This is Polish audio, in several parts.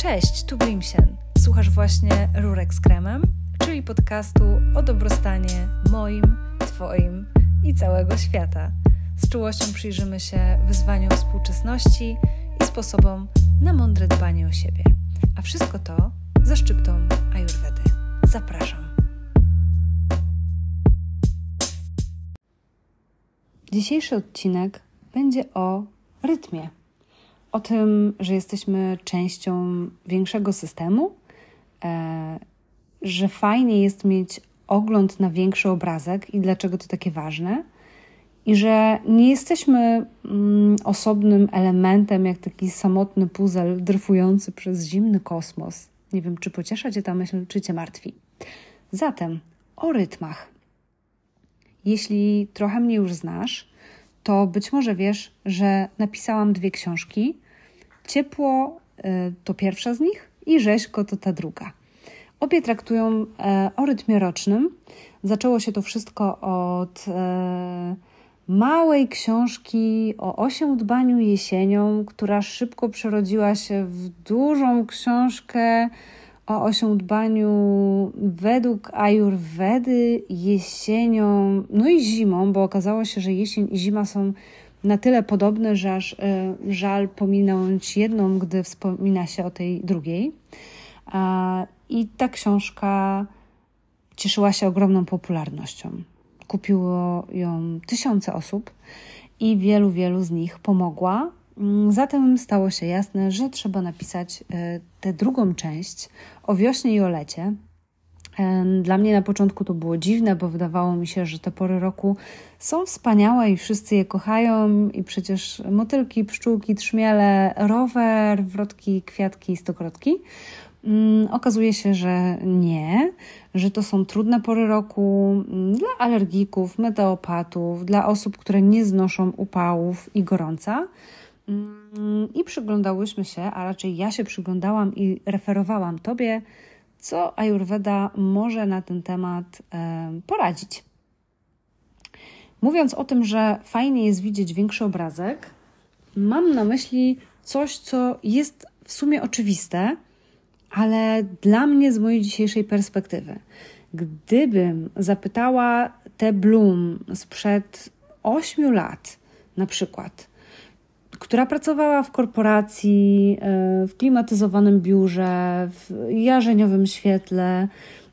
Cześć, tu Grimsien. Słuchasz właśnie Rurek z kremem, czyli podcastu o dobrostanie moim, Twoim i całego świata. Z czułością przyjrzymy się wyzwaniom współczesności i sposobom na mądre dbanie o siebie. A wszystko to ze szczyptą Ayurvedy. Zapraszam. Dzisiejszy odcinek będzie o rytmie. O tym, że jesteśmy częścią większego systemu, że fajnie jest mieć ogląd na większy obrazek i dlaczego to takie ważne. I że nie jesteśmy osobnym elementem, jak taki samotny puzzle dryfujący przez zimny kosmos. Nie wiem, czy pociesza Cię ta myśl, czy Cię martwi. Zatem o rytmach. Jeśli trochę mnie już znasz, to być może wiesz, że napisałam 2 książki. Ciepło to pierwsza z nich i Rzeźko to ta druga. Obie traktują o rytmie rocznym. Zaczęło się to wszystko od małej książki o osiądbaniu jesienią, która szybko przerodziła się w dużą książkę o osiądbaniu według Ayurvedy jesienią, no i zimą, bo okazało się, że jesień i zima są na tyle podobne, że aż żal pominąć jedną, gdy wspomina się o tej drugiej. I ta książka cieszyła się ogromną popularnością. Kupiło ją tysiące osób i wielu z nich pomogła. Zatem stało się jasne, że trzeba napisać tę drugą część o wiośnie i o lecie. Dla mnie na początku to było dziwne, bo wydawało mi się, że te pory roku są wspaniałe i wszyscy je kochają i przecież motylki, pszczółki, trzmiele, rower, wrotki, kwiatki i stokrotki. Okazuje się, że nie, że to są trudne pory roku dla alergików, meteopatów, dla osób, które nie znoszą upałów i gorąca. I przyglądałyśmy się, a raczej ja się przyglądałam i referowałam Tobie, co Ayurveda może na ten temat poradzić. Mówiąc o tym, że fajnie jest widzieć większy obrazek, mam na myśli coś, co jest w sumie oczywiste, ale dla mnie z mojej dzisiejszej perspektywy. Gdybym zapytała tę Bloom sprzed 8 lat na przykład, która pracowała w korporacji, w klimatyzowanym biurze, w jarzeniowym świetle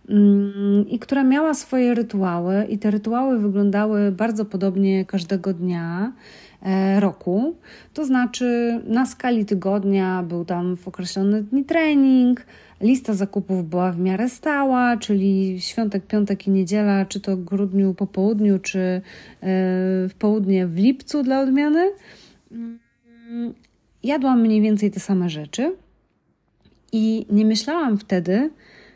i która miała swoje rytuały i te rytuały wyglądały bardzo podobnie każdego dnia roku. To znaczy na skali tygodnia był tam w określone dni trening, lista zakupów była w miarę stała, czyli świątek, piątek i niedziela, czy to w grudniu po południu, czy w południe w lipcu dla odmiany. Jadłam mniej więcej te same rzeczy i nie myślałam wtedy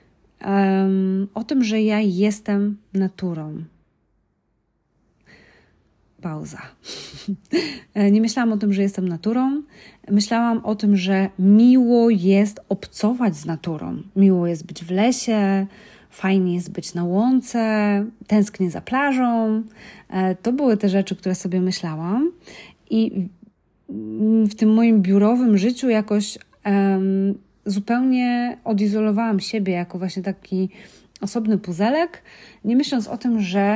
o tym, że ja jestem naturą. Pauza. Nie myślałam o tym, że jestem naturą. Myślałam o tym, że miło jest obcować z naturą. Miło jest być w lesie, fajnie jest być na łące, tęsknię za plażą. To były te rzeczy, które sobie myślałam. I w tym moim biurowym życiu jakoś zupełnie odizolowałam siebie jako właśnie taki osobny puzelek, nie myśląc o tym, że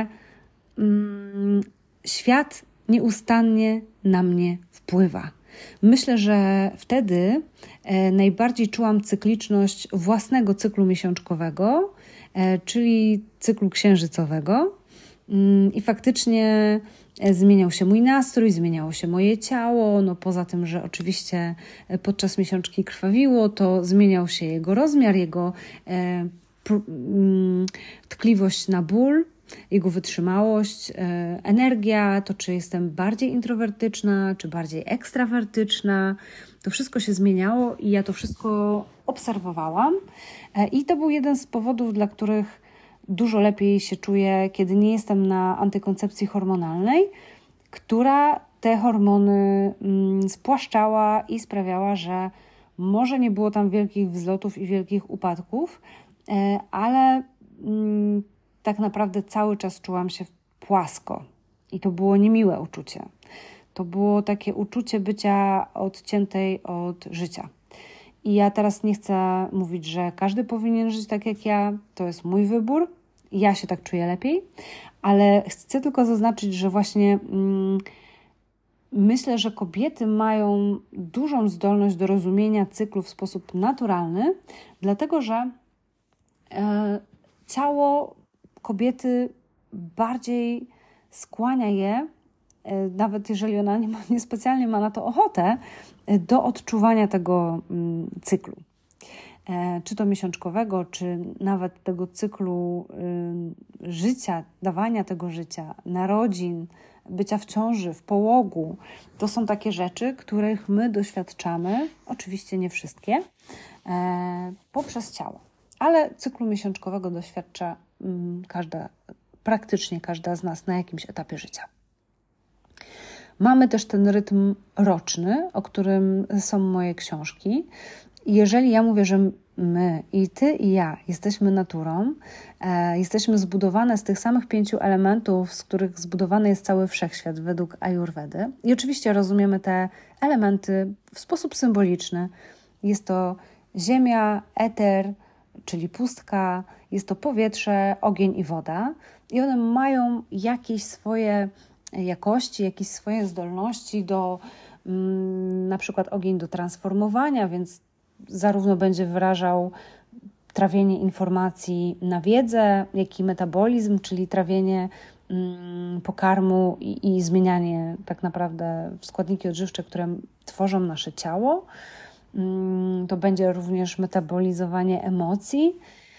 świat nieustannie na mnie wpływa. Myślę, że wtedy najbardziej czułam cykliczność własnego cyklu miesiączkowego, czyli cyklu księżycowego i faktycznie zmieniał się mój nastrój, zmieniało się moje ciało, no poza tym, że oczywiście podczas miesiączki krwawiło, to zmieniał się jego rozmiar, jego tkliwość na ból, jego wytrzymałość, energia, to czy jestem bardziej introwertyczna, czy bardziej ekstrawertyczna. To wszystko się zmieniało i ja to wszystko obserwowałam i to był jeden z powodów, dla których dużo lepiej się czuję, kiedy nie jestem na antykoncepcji hormonalnej, która te hormony spłaszczała i sprawiała, że może nie było tam wielkich wzlotów i wielkich upadków, ale tak naprawdę cały czas czułam się płasko i to było niemiłe uczucie. To było takie uczucie bycia odciętej od życia. I ja teraz nie chcę mówić, że każdy powinien żyć tak jak ja, to jest mój wybór, ja się tak czuję lepiej, ale chcę tylko zaznaczyć, że właśnie myślę, że kobiety mają dużą zdolność do rozumienia cyklu w sposób naturalny, dlatego że ciało kobiety bardziej skłania je, nawet jeżeli ona niespecjalnie ma na to ochotę, do odczuwania tego cyklu. Czy to miesiączkowego, czy nawet tego cyklu życia, dawania tego życia, narodzin, bycia w ciąży, w połogu. To są takie rzeczy, których my doświadczamy, oczywiście nie wszystkie, poprzez ciało. Ale cyklu miesiączkowego doświadcza praktycznie każda z nas na jakimś etapie życia. Mamy też ten rytm roczny, o którym są moje książki. Jeżeli ja mówię, że my, i ty, i ja jesteśmy naturą, jesteśmy zbudowane z tych samych 5 elementów, z których zbudowany jest cały wszechświat według Ajurwedy. I oczywiście rozumiemy te elementy w sposób symboliczny. Jest to ziemia, eter, czyli pustka, jest to powietrze, ogień i woda. I one mają jakieś swoje jakości, jakieś swoje zdolności do na przykład ogień do transformowania, więc zarówno będzie wyrażał trawienie informacji na wiedzę, jak i metabolizm, czyli trawienie pokarmu i zmienianie tak naprawdę w składniki odżywcze, które tworzą nasze ciało. To będzie również metabolizowanie emocji.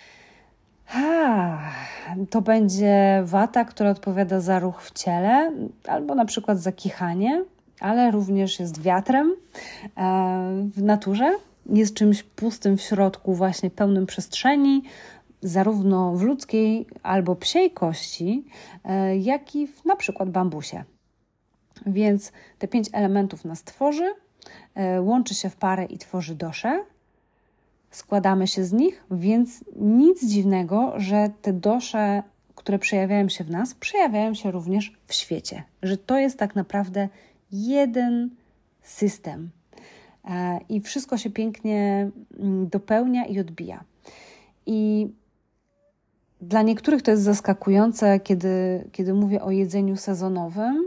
To będzie wata, która odpowiada za ruch w ciele, albo na przykład za kichanie, ale również jest wiatrem w naturze. Jest czymś pustym w środku, właśnie pełnym przestrzeni, zarówno w ludzkiej albo psiej kości, jak i na przykład bambusie. Więc te 5 elementów nas tworzy, łączy się w parę i tworzy doszę. Składamy się z nich, więc nic dziwnego, że te dosze, które przejawiają się w nas, przejawiają się również w świecie. Że to jest tak naprawdę jeden system. I wszystko się pięknie dopełnia i odbija. I dla niektórych to jest zaskakujące, kiedy mówię o jedzeniu sezonowym,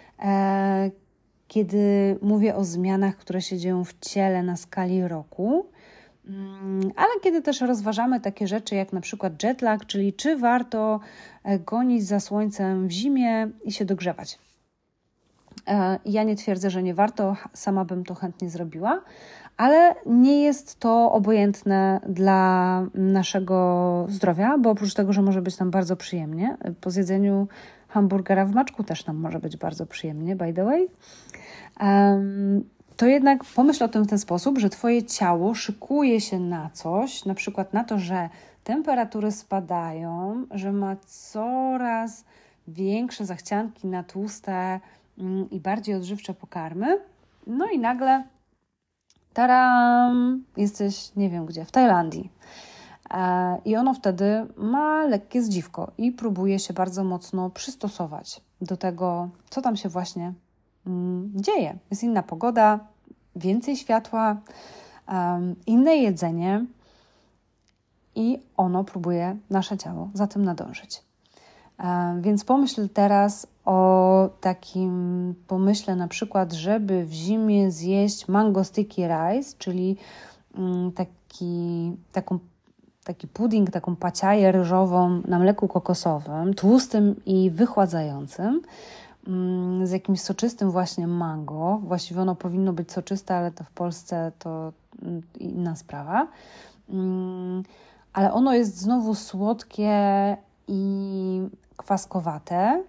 kiedy mówię o zmianach, które się dzieją w ciele na skali roku, ale kiedy też rozważamy takie rzeczy jak na przykład jetlag, czyli czy warto gonić za słońcem w zimie i się dogrzewać. Ja nie twierdzę, że nie warto, sama bym to chętnie zrobiła, ale nie jest to obojętne dla naszego zdrowia, bo oprócz tego, że może być nam bardzo przyjemnie, po zjedzeniu hamburgera w maczku też nam może być bardzo przyjemnie, by the way, to jednak pomyśl o tym w ten sposób, że Twoje ciało szykuje się na coś, na przykład na to, że temperatury spadają, że ma coraz większe zachcianki na tłuste i bardziej odżywcze pokarmy, no i nagle taram, jesteś nie wiem gdzie, w Tajlandii. I ono wtedy ma lekkie zdziwko i próbuje się bardzo mocno przystosować do tego, co tam się właśnie dzieje. Jest inna pogoda, więcej światła, inne jedzenie i ono próbuje, nasze ciało, za tym nadążyć. Więc pomyśl teraz o takim pomyśle na przykład, żeby w zimie zjeść mango sticky rice, czyli taki pudding, taką paciaję ryżową na mleku kokosowym, tłustym i wychładzającym, z jakimś soczystym właśnie mango. Właściwie ono powinno być soczyste, ale to w Polsce to inna sprawa. Ale ono jest znowu słodkie i kwaskowate,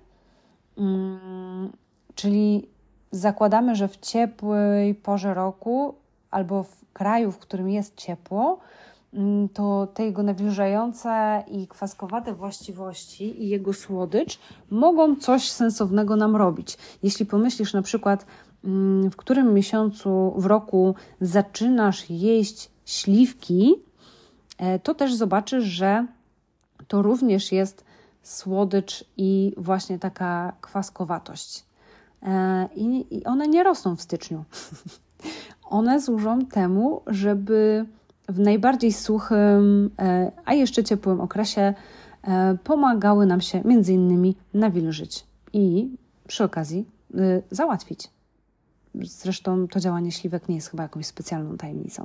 czyli zakładamy, że w ciepłej porze roku albo w kraju, w którym jest ciepło, to te jego nawilżające i kwaskowate właściwości i jego słodycz mogą coś sensownego nam robić. Jeśli pomyślisz na przykład, w którym miesiącu w roku zaczynasz jeść śliwki, to też zobaczysz, że to również jest słodycz i właśnie taka kwaskowatość. I one nie rosną w styczniu. one służą temu, żeby w najbardziej suchym, a jeszcze ciepłym okresie pomagały nam się między innymi nawilżyć i przy okazji załatwić. Zresztą to działanie śliwek nie jest chyba jakąś specjalną tajemnicą.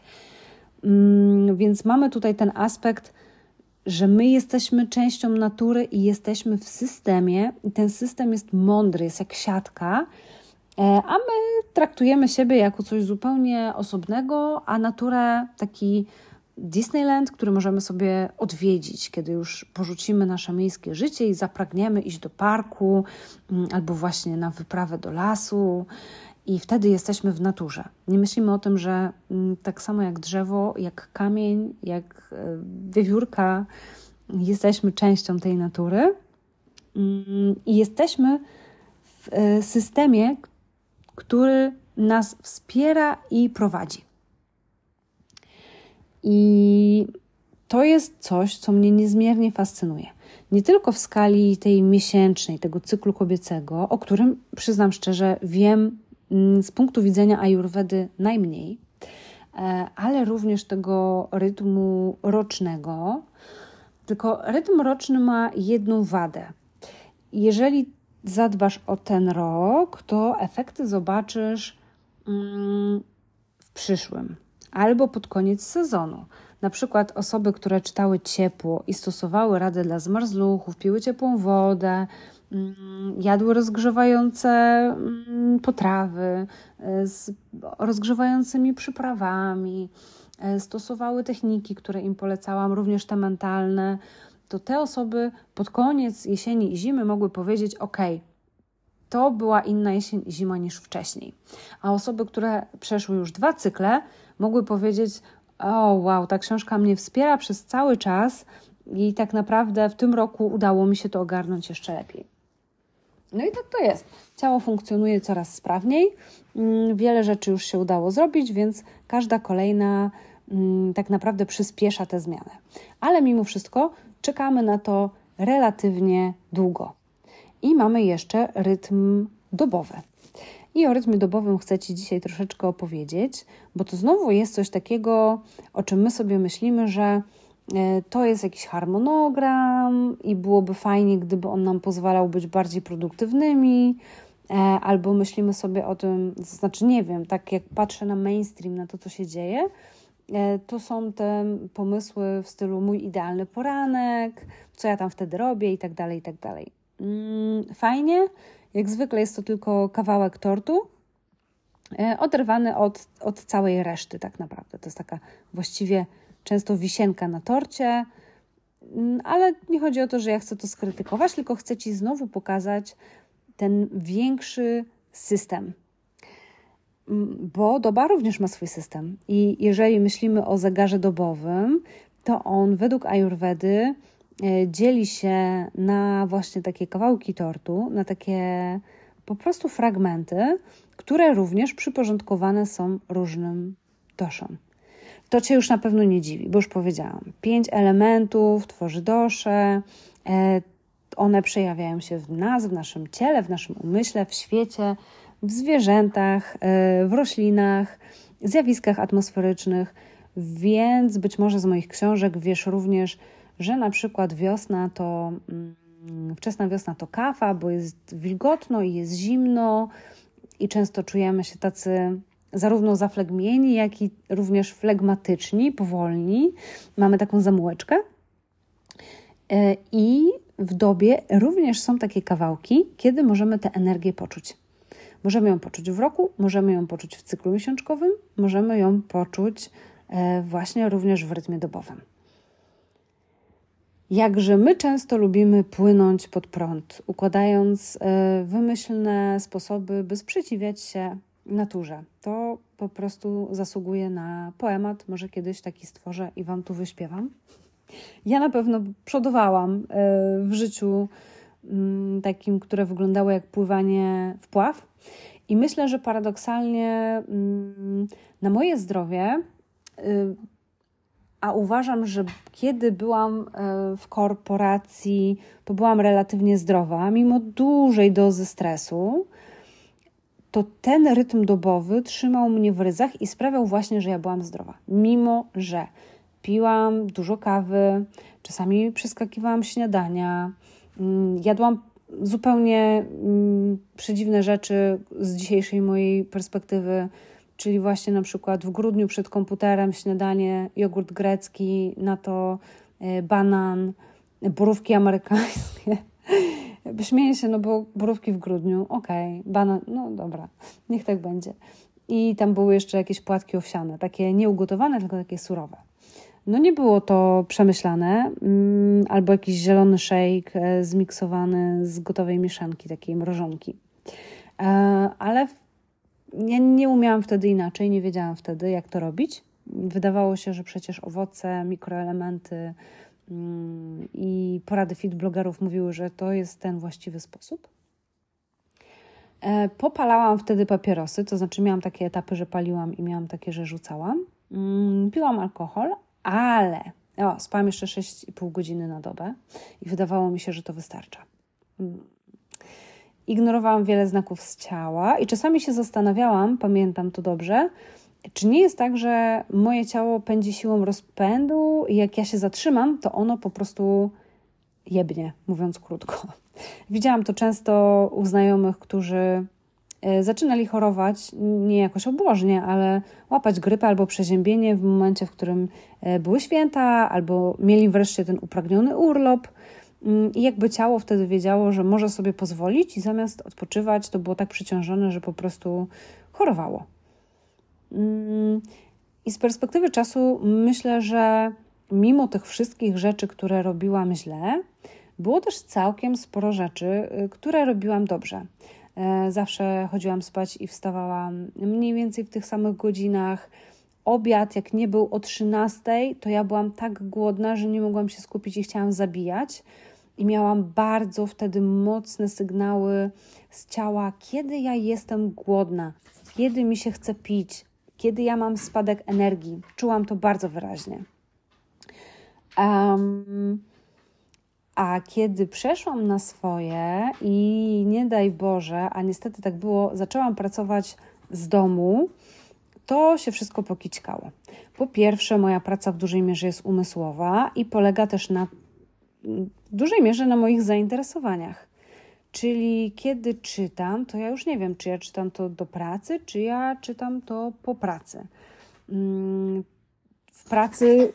Więc mamy tutaj ten aspekt, że my jesteśmy częścią natury i jesteśmy w systemie i ten system jest mądry, jest jak siatka, a my traktujemy siebie jako coś zupełnie osobnego, a naturę taki Disneyland, który możemy sobie odwiedzić, kiedy już porzucimy nasze miejskie życie i zapragniemy iść do parku albo właśnie na wyprawę do lasu i wtedy jesteśmy w naturze. Nie myślimy o tym, że tak samo jak drzewo, jak kamień, jak wiewiórka, jesteśmy częścią tej natury i jesteśmy w systemie, który nas wspiera i prowadzi. I to jest coś, co mnie niezmiernie fascynuje. Nie tylko w skali tej miesięcznej, tego cyklu kobiecego, o którym przyznam szczerze, wiem z punktu widzenia ajurwedy najmniej, ale również tego rytmu rocznego. Tylko rytm roczny ma jedną wadę. Jeżeli zadbasz o ten rok, to efekty zobaczysz w przyszłym albo pod koniec sezonu. Na przykład osoby, które czytały ciepło i stosowały radę dla zmarzluchów, piły ciepłą wodę, jadły rozgrzewające potrawy z rozgrzewającymi przyprawami, stosowały techniki, które im polecałam, również te mentalne, to te osoby pod koniec jesieni i zimy mogły powiedzieć: ok, to była inna jesień i zima niż wcześniej. A osoby, które przeszły już 2 cykle, mogły powiedzieć: o wow, ta książka mnie wspiera przez cały czas i tak naprawdę w tym roku udało mi się to ogarnąć jeszcze lepiej. No i tak to jest. Ciało funkcjonuje coraz sprawniej, wiele rzeczy już się udało zrobić, więc każda kolejna tak naprawdę przyspiesza tę zmianę. Ale mimo wszystko czekamy na to relatywnie długo. I mamy jeszcze rytm dobowy. I o rytmie dobowym chcę Ci dzisiaj troszeczkę opowiedzieć, bo to znowu jest coś takiego, o czym my sobie myślimy, że to jest jakiś harmonogram i byłoby fajnie, gdyby on nam pozwalał być bardziej produktywnymi, albo myślimy sobie o tym, to znaczy nie wiem, tak jak patrzę na mainstream, na to, co się dzieje, to są te pomysły w stylu mój idealny poranek, co ja tam wtedy robię i tak dalej, i tak dalej. Fajnie, jak zwykle jest to tylko kawałek tortu, oderwany od całej reszty tak naprawdę. To jest taka właściwie często wisienka na torcie, ale nie chodzi o to, że ja chcę to skrytykować, tylko chcę Ci znowu pokazać ten większy system. Bo doba również ma swój system. I jeżeli myślimy o zegarze dobowym, to on według ajurwedy dzieli się na właśnie takie kawałki tortu, na takie po prostu fragmenty, które również przyporządkowane są różnym doszom. To Cię już na pewno nie dziwi, bo już powiedziałam. 5 elementów tworzy dosze. One przejawiają się w nas, w naszym ciele, w naszym umyśle, w świecie, w zwierzętach, w roślinach, zjawiskach atmosferycznych, więc być może z moich książek wiesz również, że na przykład wczesna wiosna to kafa, bo jest wilgotno i jest zimno i często czujemy się tacy zarówno zaflegmieni, jak i również flegmatyczni, powolni. Mamy taką zamułeczkę. I w dobie również są takie kawałki, kiedy możemy tę energię poczuć. Możemy ją poczuć w roku, możemy ją poczuć w cyklu miesiączkowym, możemy ją poczuć właśnie również w rytmie dobowym. Jakże my często lubimy płynąć pod prąd, układając wymyślne sposoby, by sprzeciwiać się naturze. To po prostu zasługuje na poemat, może kiedyś taki stworzę i Wam tu wyśpiewam. Ja na pewno przodowałam w życiu takim, które wyglądało jak pływanie w pław i myślę, że paradoksalnie na moje zdrowie, a uważam, że kiedy byłam w korporacji, to byłam relatywnie zdrowa, mimo dużej dozy stresu, to ten rytm dobowy trzymał mnie w ryzach i sprawiał właśnie, że ja byłam zdrowa. Mimo że piłam dużo kawy, czasami przeskakiwałam śniadania, jadłam zupełnie przedziwne rzeczy z dzisiejszej mojej perspektywy, czyli właśnie na przykład w grudniu przed komputerem śniadanie, jogurt grecki, na to banan, borówki amerykańskie. Śmieję się, no bo borówki w grudniu, okej, banan, no dobra, niech tak będzie. I tam były jeszcze jakieś płatki owsiane, takie nieugotowane, tylko takie surowe. No nie było to przemyślane, albo jakiś zielony shake zmiksowany z gotowej mieszanki, takiej mrożonki. Ale ja nie umiałam wtedy inaczej, nie wiedziałam wtedy, jak to robić. Wydawało się, że przecież owoce, mikroelementy i porady fit blogerów mówiły, że to jest ten właściwy sposób. Popalałam wtedy papierosy, to znaczy miałam takie etapy, że paliłam i miałam takie, że rzucałam. Piłam alkohol, ale spałam jeszcze 6,5 godziny na dobę i wydawało mi się, że to wystarcza. Ignorowałam wiele znaków z ciała i czasami się zastanawiałam, pamiętam to dobrze, czy nie jest tak, że moje ciało pędzi siłą rozpędu i jak ja się zatrzymam, to ono po prostu jebnie, mówiąc krótko. Widziałam to często u znajomych, którzy zaczynali chorować, nie jakoś obłożnie, ale łapać grypę albo przeziębienie w momencie, w którym były święta, albo mieli wreszcie ten upragniony urlop i jakby ciało wtedy wiedziało, że może sobie pozwolić i zamiast odpoczywać, to było tak przeciążone, że po prostu chorowało. I z perspektywy czasu myślę, że mimo tych wszystkich rzeczy, które robiłam źle, było też całkiem sporo rzeczy, które robiłam dobrze. Zawsze chodziłam spać i wstawałam mniej więcej w tych samych godzinach. Obiad, jak nie był o 13:00, to ja byłam tak głodna, że nie mogłam się skupić i chciałam zabijać. I miałam bardzo wtedy mocne sygnały z ciała, kiedy ja jestem głodna, kiedy mi się chce pić, kiedy ja mam spadek energii. Czułam to bardzo wyraźnie. A kiedy przeszłam na swoje i nie daj Boże, a niestety tak było, zaczęłam pracować z domu, to się wszystko pokićkało. Po pierwsze, moja praca w dużej mierze jest umysłowa i polega też w dużej mierze na moich zainteresowaniach. Czyli kiedy czytam, to ja już nie wiem, czy ja czytam to do pracy, czy ja czytam to po pracy. W pracy...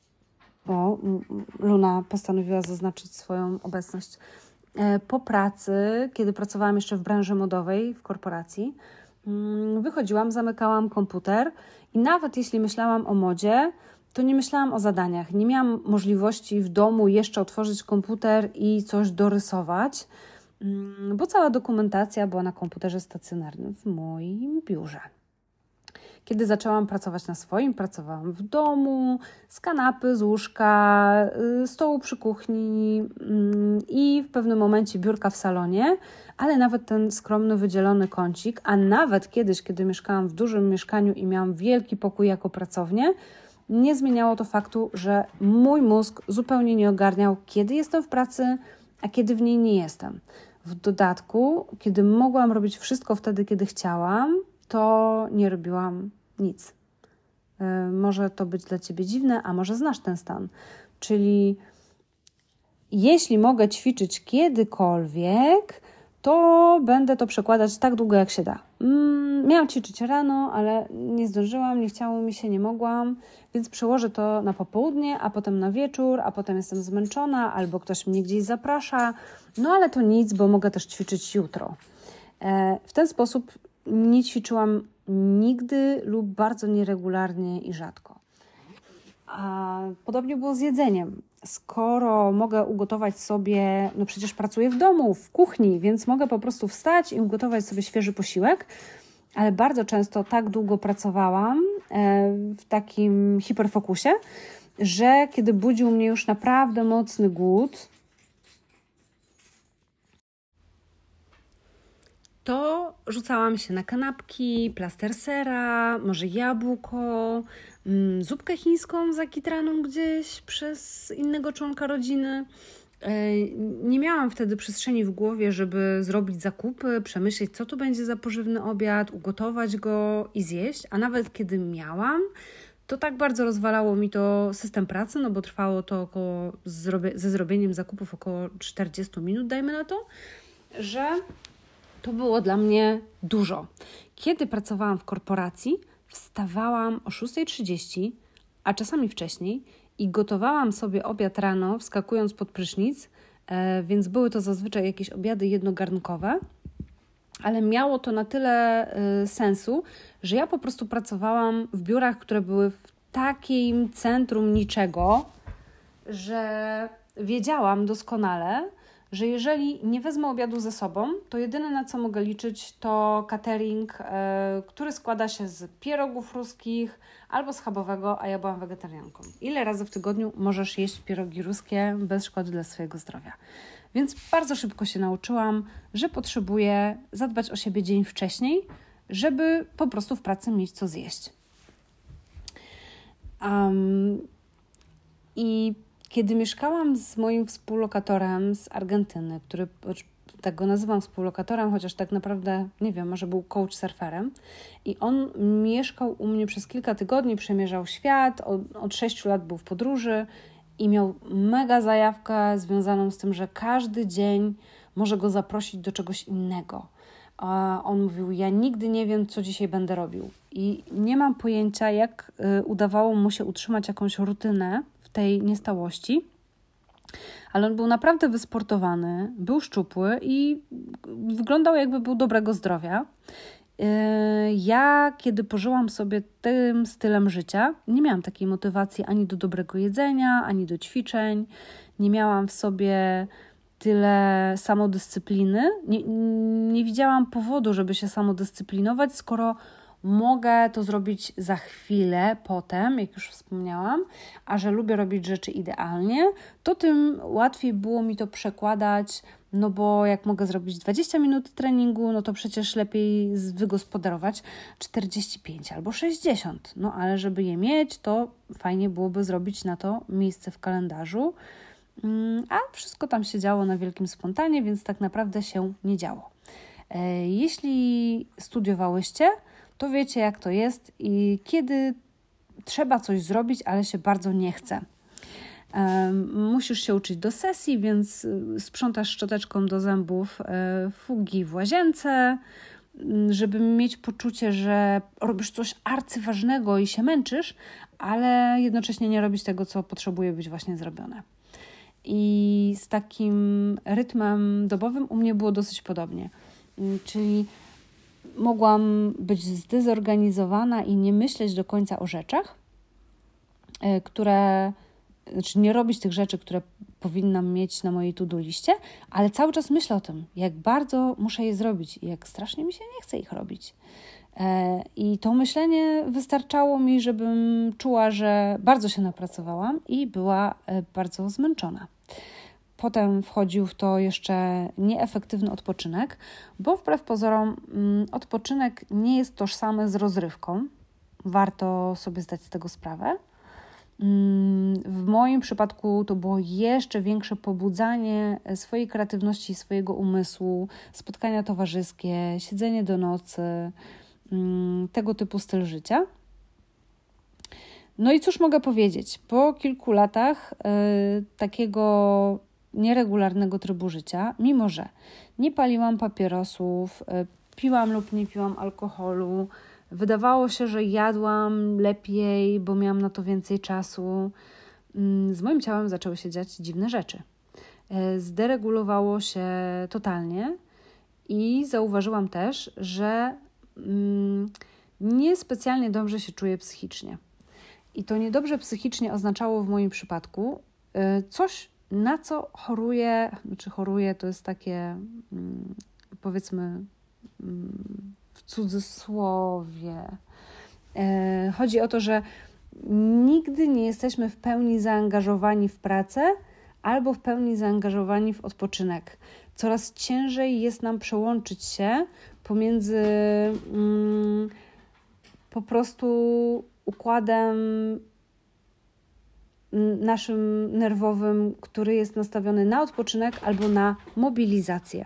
Luna postanowiła zaznaczyć swoją obecność. Po pracy, kiedy pracowałam jeszcze w branży modowej, w korporacji, wychodziłam, zamykałam komputer i nawet jeśli myślałam o modzie, to nie myślałam o zadaniach. Nie miałam możliwości w domu jeszcze otworzyć komputer i coś dorysować, bo cała dokumentacja była na komputerze stacjonarnym w moim biurze. Kiedy zaczęłam pracować na swoim, pracowałam w domu, z kanapy, z łóżka, stołu przy kuchni i w pewnym momencie biurka w salonie, ale nawet ten skromny, wydzielony kącik, a nawet kiedyś, kiedy mieszkałam w dużym mieszkaniu i miałam wielki pokój jako pracownię, nie zmieniało to faktu, że mój mózg zupełnie nie ogarniał, kiedy jestem w pracy, a kiedy w niej nie jestem. W dodatku, kiedy mogłam robić wszystko wtedy, kiedy chciałam, to nie robiłam nic. Może to być dla Ciebie dziwne, a może znasz ten stan. Czyli jeśli mogę ćwiczyć kiedykolwiek, to będę to przekładać tak długo, jak się da. Miałam ćwiczyć rano, ale nie zdążyłam, nie chciało mi się, nie mogłam, więc przełożę to na popołudnie, a potem na wieczór, a potem jestem zmęczona, albo ktoś mnie gdzieś zaprasza. No ale to nic, bo mogę też ćwiczyć jutro. W ten sposób nie ćwiczyłam nigdy lub bardzo nieregularnie i rzadko. A podobnie było z jedzeniem. Skoro mogę ugotować sobie, no przecież pracuję w domu, w kuchni, więc mogę po prostu wstać i ugotować sobie świeży posiłek, ale bardzo często tak długo pracowałam w takim hiperfokusie, że kiedy budził mnie już naprawdę mocny głód, to rzucałam się na kanapki, plaster sera, może jabłko, zupkę chińską zakitraną gdzieś przez innego członka rodziny Nie miałam wtedy przestrzeni w głowie, żeby zrobić zakupy, przemyśleć, co to będzie za pożywny obiad, ugotować go i zjeść, a nawet kiedy miałam, to tak bardzo rozwalało mi to system pracy, no bo trwało to ze zrobieniem zakupów około 40 minut, dajmy na to, że to było dla mnie dużo. Kiedy pracowałam w korporacji, wstawałam o 6:30, a czasami wcześniej i gotowałam sobie obiad rano, wskakując pod prysznic, więc były to zazwyczaj jakieś obiady jednogarnkowe, ale miało to na tyle sensu, że ja po prostu pracowałam w biurach, które były w takim centrum niczego, że wiedziałam doskonale, że jeżeli nie wezmę obiadu ze sobą, to jedyne na co mogę liczyć to catering, który składa się z pierogów ruskich albo schabowego, a ja byłam wegetarianką. Ile razy w tygodniu możesz jeść pierogi ruskie bez szkody dla swojego zdrowia? Więc bardzo szybko się nauczyłam, że potrzebuję zadbać o siebie dzień wcześniej, żeby po prostu w pracy mieć co zjeść. I kiedy mieszkałam z moim współlokatorem z Argentyny, który, tak go nazywam współlokatorem, chociaż tak naprawdę, nie wiem, może był couchsurferem, i on mieszkał u mnie przez kilka tygodni, przemierzał świat, od 6 lat był w podróży i miał mega zajawkę związaną z tym, że każdy dzień może go zaprosić do czegoś innego. On mówił, ja nigdy nie wiem, co dzisiaj będę robił. I nie mam pojęcia, jak udawało mu się utrzymać jakąś rutynę w tej niestałości, ale on był naprawdę wysportowany, był szczupły i wyglądał, jakby był dobrego zdrowia. Ja, kiedy pożyłam sobie tym stylem życia, nie miałam takiej motywacji ani do dobrego jedzenia, ani do ćwiczeń. Nie miałam w sobie tyle samodyscypliny. Nie widziałam powodu, żeby się samodyscyplinować, skoro mogę to zrobić za chwilę, potem, jak już wspomniałam, a że lubię robić rzeczy idealnie, to tym łatwiej było mi to przekładać, no bo jak mogę zrobić 20 minut treningu, no to przecież lepiej wygospodarować 45 albo 60. No ale żeby je mieć, to fajnie byłoby zrobić na to miejsce w kalendarzu, a wszystko tam się działo na wielkim spontanie, więc tak naprawdę się nie działo. Jeśli studiowałyście, to wiecie, jak to jest i kiedy trzeba coś zrobić, ale się bardzo nie chce. Musisz się uczyć do sesji, więc sprzątasz szczoteczką do zębów fugi w łazience, żeby mieć poczucie, że robisz coś arcyważnego i się męczysz, ale jednocześnie nie robisz tego, co potrzebuje być właśnie zrobione. I z takim rytmem dobowym u mnie było dosyć podobnie. Czyli mogłam być zdezorganizowana i nie myśleć do końca o rzeczach, nie robić tych rzeczy, które powinnam mieć na mojej to-do liście, ale cały czas myślę o tym, jak bardzo muszę je zrobić i jak strasznie mi się nie chce ich robić. I to myślenie wystarczało mi, żebym czuła, że bardzo się napracowałam i była bardzo zmęczona. Potem wchodził w to jeszcze nieefektywny odpoczynek, bo wbrew pozorom odpoczynek nie jest tożsamy z rozrywką. Warto sobie zdać z tego sprawę. W moim przypadku to było jeszcze większe pobudzanie swojej kreatywności, swojego umysłu, spotkania towarzyskie, siedzenie do nocy, tego typu styl życia. No i cóż mogę powiedzieć? Po kilku latach takiego nieregularnego trybu życia, mimo że nie paliłam papierosów, piłam lub nie piłam alkoholu, wydawało się, że jadłam lepiej, bo miałam na to więcej czasu, z moim ciałem zaczęły się dziać dziwne rzeczy. Zderegulowało się totalnie i zauważyłam też, że niespecjalnie dobrze się czuję psychicznie. I to niedobrze psychicznie oznaczało w moim przypadku coś, na co choruję, to jest takie, powiedzmy, w cudzysłowie. Chodzi o to, że nigdy nie jesteśmy w pełni zaangażowani w pracę albo w pełni zaangażowani w odpoczynek. Coraz ciężej jest nam przełączyć się pomiędzy po prostu układem naszym nerwowym, który jest nastawiony na odpoczynek albo na mobilizację.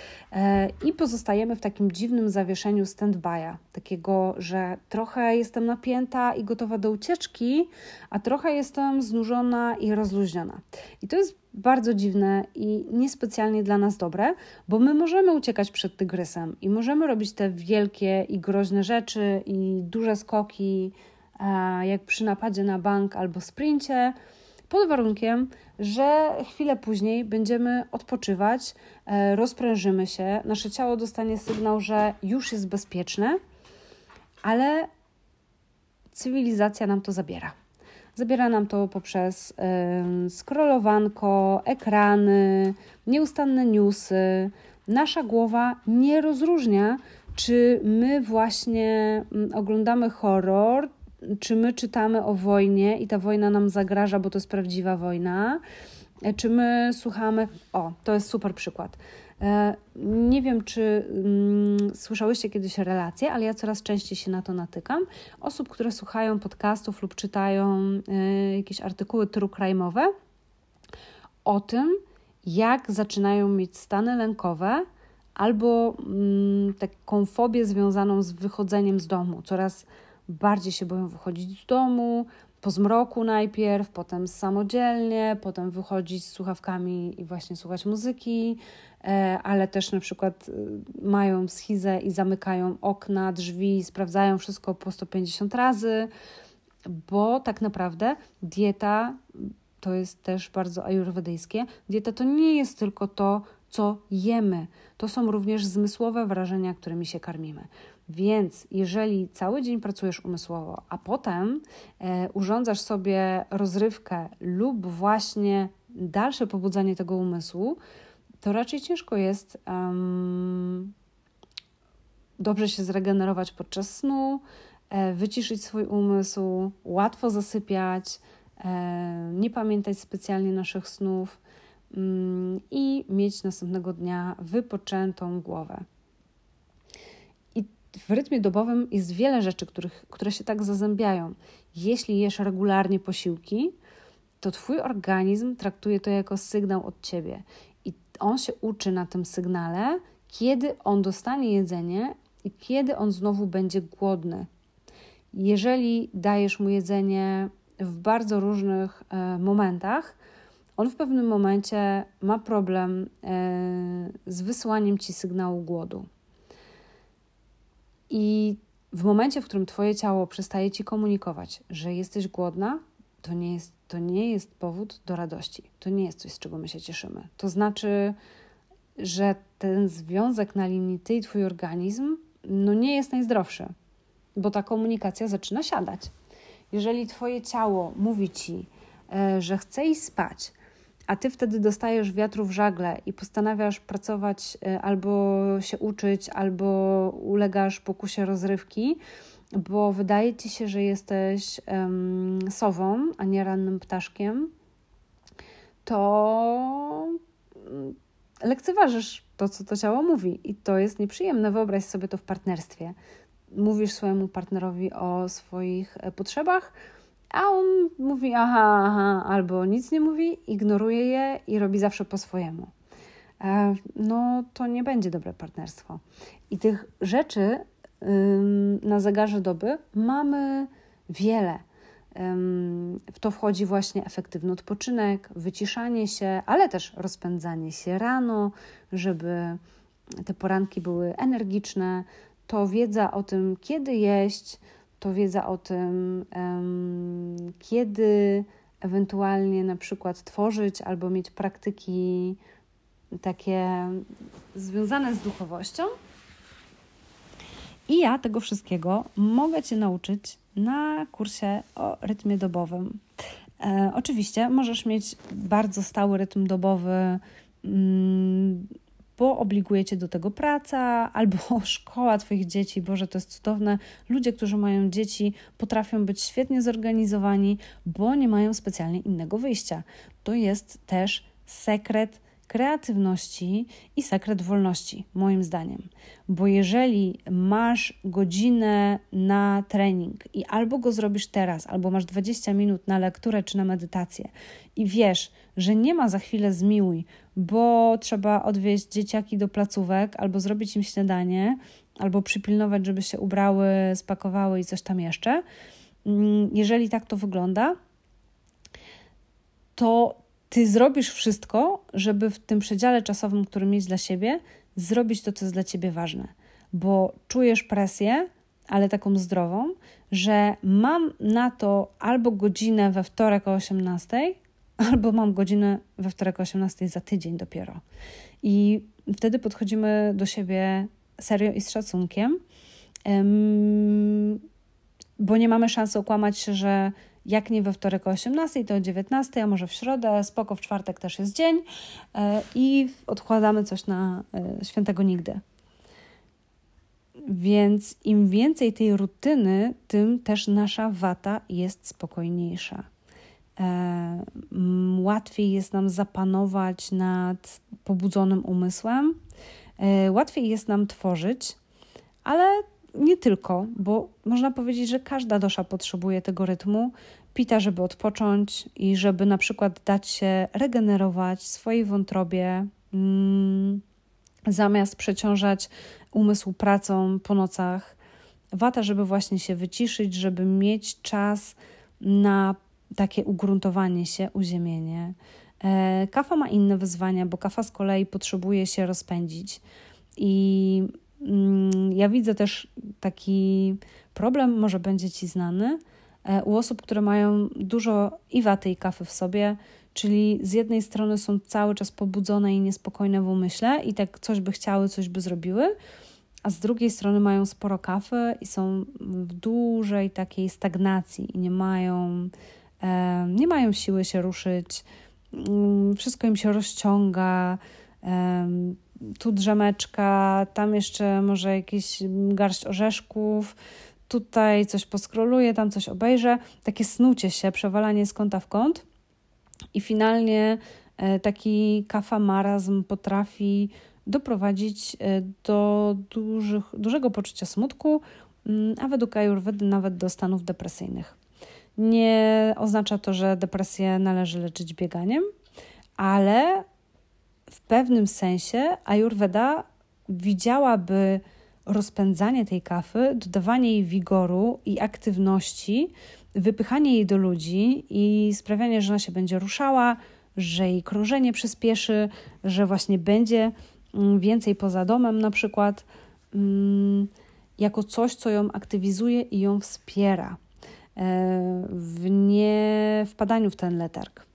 I pozostajemy w takim dziwnym zawieszeniu stand-by'a, takiego, że trochę jestem napięta i gotowa do ucieczki, a trochę jestem znużona i rozluźniona. I to jest bardzo dziwne i niespecjalnie dla nas dobre, bo my możemy uciekać przed tygrysem i możemy robić te wielkie i groźne rzeczy i duże skoki, jak przy napadzie na bank albo sprincie, pod warunkiem, że chwilę później będziemy odpoczywać, rozprężymy się, nasze ciało dostanie sygnał, że już jest bezpieczne, ale cywilizacja nam to zabiera. Zabiera nam to poprzez scrollowanko, ekrany, nieustanne newsy. Nasza głowa nie rozróżnia, czy my właśnie oglądamy horror, czy my czytamy o wojnie i ta wojna nam zagraża, bo to jest prawdziwa wojna, czy my słuchamy... to jest super przykład. Nie wiem, czy słyszałyście kiedyś relacje, ale ja coraz częściej się na to natykam. Osób, które słuchają podcastów lub czytają jakieś artykuły true crime'owe o tym, jak zaczynają mieć stany lękowe albo taką fobię związaną z wychodzeniem z domu. Coraz bardziej się boją wychodzić z domu, po zmroku najpierw, potem samodzielnie, potem wychodzić z słuchawkami i właśnie słuchać muzyki, ale też na przykład mają schizę i zamykają okna, drzwi, sprawdzają wszystko po 150 razy, bo tak naprawdę dieta, to jest też bardzo ajurwedyjskie, dieta to nie jest tylko to, co jemy. To są również zmysłowe wrażenia, którymi się karmimy. Więc jeżeli cały dzień pracujesz umysłowo, a potem urządzasz sobie rozrywkę lub właśnie dalsze pobudzanie tego umysłu, to raczej ciężko jest dobrze się zregenerować podczas snu, wyciszyć swój umysł, łatwo zasypiać, nie pamiętać specjalnie naszych snów i mieć następnego dnia wypoczętą głowę. I w rytmie dobowym jest wiele rzeczy, które się tak zazębiają. Jeśli jesz regularnie posiłki, to Twój organizm traktuje to jako sygnał od Ciebie i on się uczy na tym sygnale, kiedy on dostanie jedzenie i kiedy on znowu będzie głodny. Jeżeli dajesz mu jedzenie w bardzo różnych momentach, on w pewnym momencie ma problem z wysyłaniem Ci sygnału głodu. I w momencie, w którym Twoje ciało przestaje Ci komunikować, że jesteś głodna, to nie jest powód do radości. To nie jest coś, z czego my się cieszymy. To znaczy, że ten związek na linii Ty i Twój organizm nie jest najzdrowszy, bo ta komunikacja zaczyna siadać. Jeżeli Twoje ciało mówi Ci, że chce iść spać, a Ty wtedy dostajesz wiatru w żagle i postanawiasz pracować albo się uczyć, albo ulegasz pokusie rozrywki, bo wydaje Ci się, że jesteś sową, a nie rannym ptaszkiem, to lekceważysz to, co to ciało mówi i to jest nieprzyjemne. Wyobraź sobie to w partnerstwie. Mówisz swojemu partnerowi o swoich potrzebach, a on mówi aha, albo nic nie mówi, ignoruje je i robi zawsze po swojemu. To nie będzie dobre partnerstwo. I tych rzeczy na zegarze doby mamy wiele. W to wchodzi właśnie efektywny odpoczynek, wyciszanie się, ale też rozpędzanie się rano, żeby te poranki były energiczne. To wiedza o tym, kiedy jeść, to wiedza o tym, kiedy ewentualnie na przykład tworzyć albo mieć praktyki takie związane z duchowością. I ja tego wszystkiego mogę Cię nauczyć na kursie o rytmie dobowym. Oczywiście możesz mieć bardzo stały rytm dobowy, bo obliguje Cię do tego praca albo szkoła Twoich dzieci. Boże, to jest cudowne. Ludzie, którzy mają dzieci, potrafią być świetnie zorganizowani, bo nie mają specjalnie innego wyjścia. To jest też sekret kreatywności i sekret wolności, moim zdaniem. Bo jeżeli masz godzinę na trening i albo go zrobisz teraz, albo masz 20 minut na lekturę czy na medytację i wiesz, że nie ma za chwilę zmiłuj, bo trzeba odwieźć dzieciaki do placówek, albo zrobić im śniadanie, albo przypilnować, żeby się ubrały, spakowały i coś tam jeszcze. Jeżeli tak to wygląda, to ty zrobisz wszystko, żeby w tym przedziale czasowym, który mieć dla siebie, zrobić to, co jest dla ciebie ważne. Bo czujesz presję, ale taką zdrową, że mam na to albo godzinę we wtorek o 18:00, albo mam godzinę we wtorek o 18:00 za tydzień dopiero. I wtedy podchodzimy do siebie serio i z szacunkiem, bo nie mamy szansy okłamać się, że jak nie we wtorek o 18:00, to o 19:00, a może w środę, spoko, w czwartek też jest dzień i odkładamy coś na świętego nigdy. Więc im więcej tej rutyny, tym też nasza wata jest spokojniejsza. Łatwiej jest nam zapanować nad pobudzonym umysłem, łatwiej jest nam tworzyć, ale nie tylko, bo można powiedzieć, że każda dusza potrzebuje tego rytmu pita, żeby odpocząć i żeby na przykład dać się regenerować swojej wątrobie, zamiast przeciążać umysł pracą po nocach. Wata, żeby właśnie się wyciszyć, żeby mieć czas na takie ugruntowanie się, uziemienie. Kafa ma inne wyzwania, bo kafa z kolei potrzebuje się rozpędzić. I ja widzę też taki problem, może będzie Ci znany, u osób, które mają dużo i waty, i kafy w sobie, czyli z jednej strony są cały czas pobudzone i niespokojne w umyśle i tak coś by chciały, coś by zrobiły, a z drugiej strony mają sporo kafy i są w dużej takiej stagnacji i nie mają siły się ruszyć, wszystko im się rozciąga, tu drzemeczka, tam jeszcze może jakieś garść orzeszków, tutaj coś poskroluję, tam coś obejrzę, takie snucie się, przewalanie z kąta w kąt i finalnie taki kafa-marazm potrafi doprowadzić do dużego poczucia smutku, a według Ajurwedy nawet do stanów depresyjnych. Nie oznacza to, że depresję należy leczyć bieganiem, ale w pewnym sensie Ajurweda widziałaby rozpędzanie tej kafy, dodawanie jej wigoru i aktywności, wypychanie jej do ludzi i sprawianie, że ona się będzie ruszała, że jej krążenie przyspieszy, że właśnie będzie więcej poza domem na przykład, jako coś, co ją aktywizuje i ją wspiera w nie wpadaniu w ten letarg.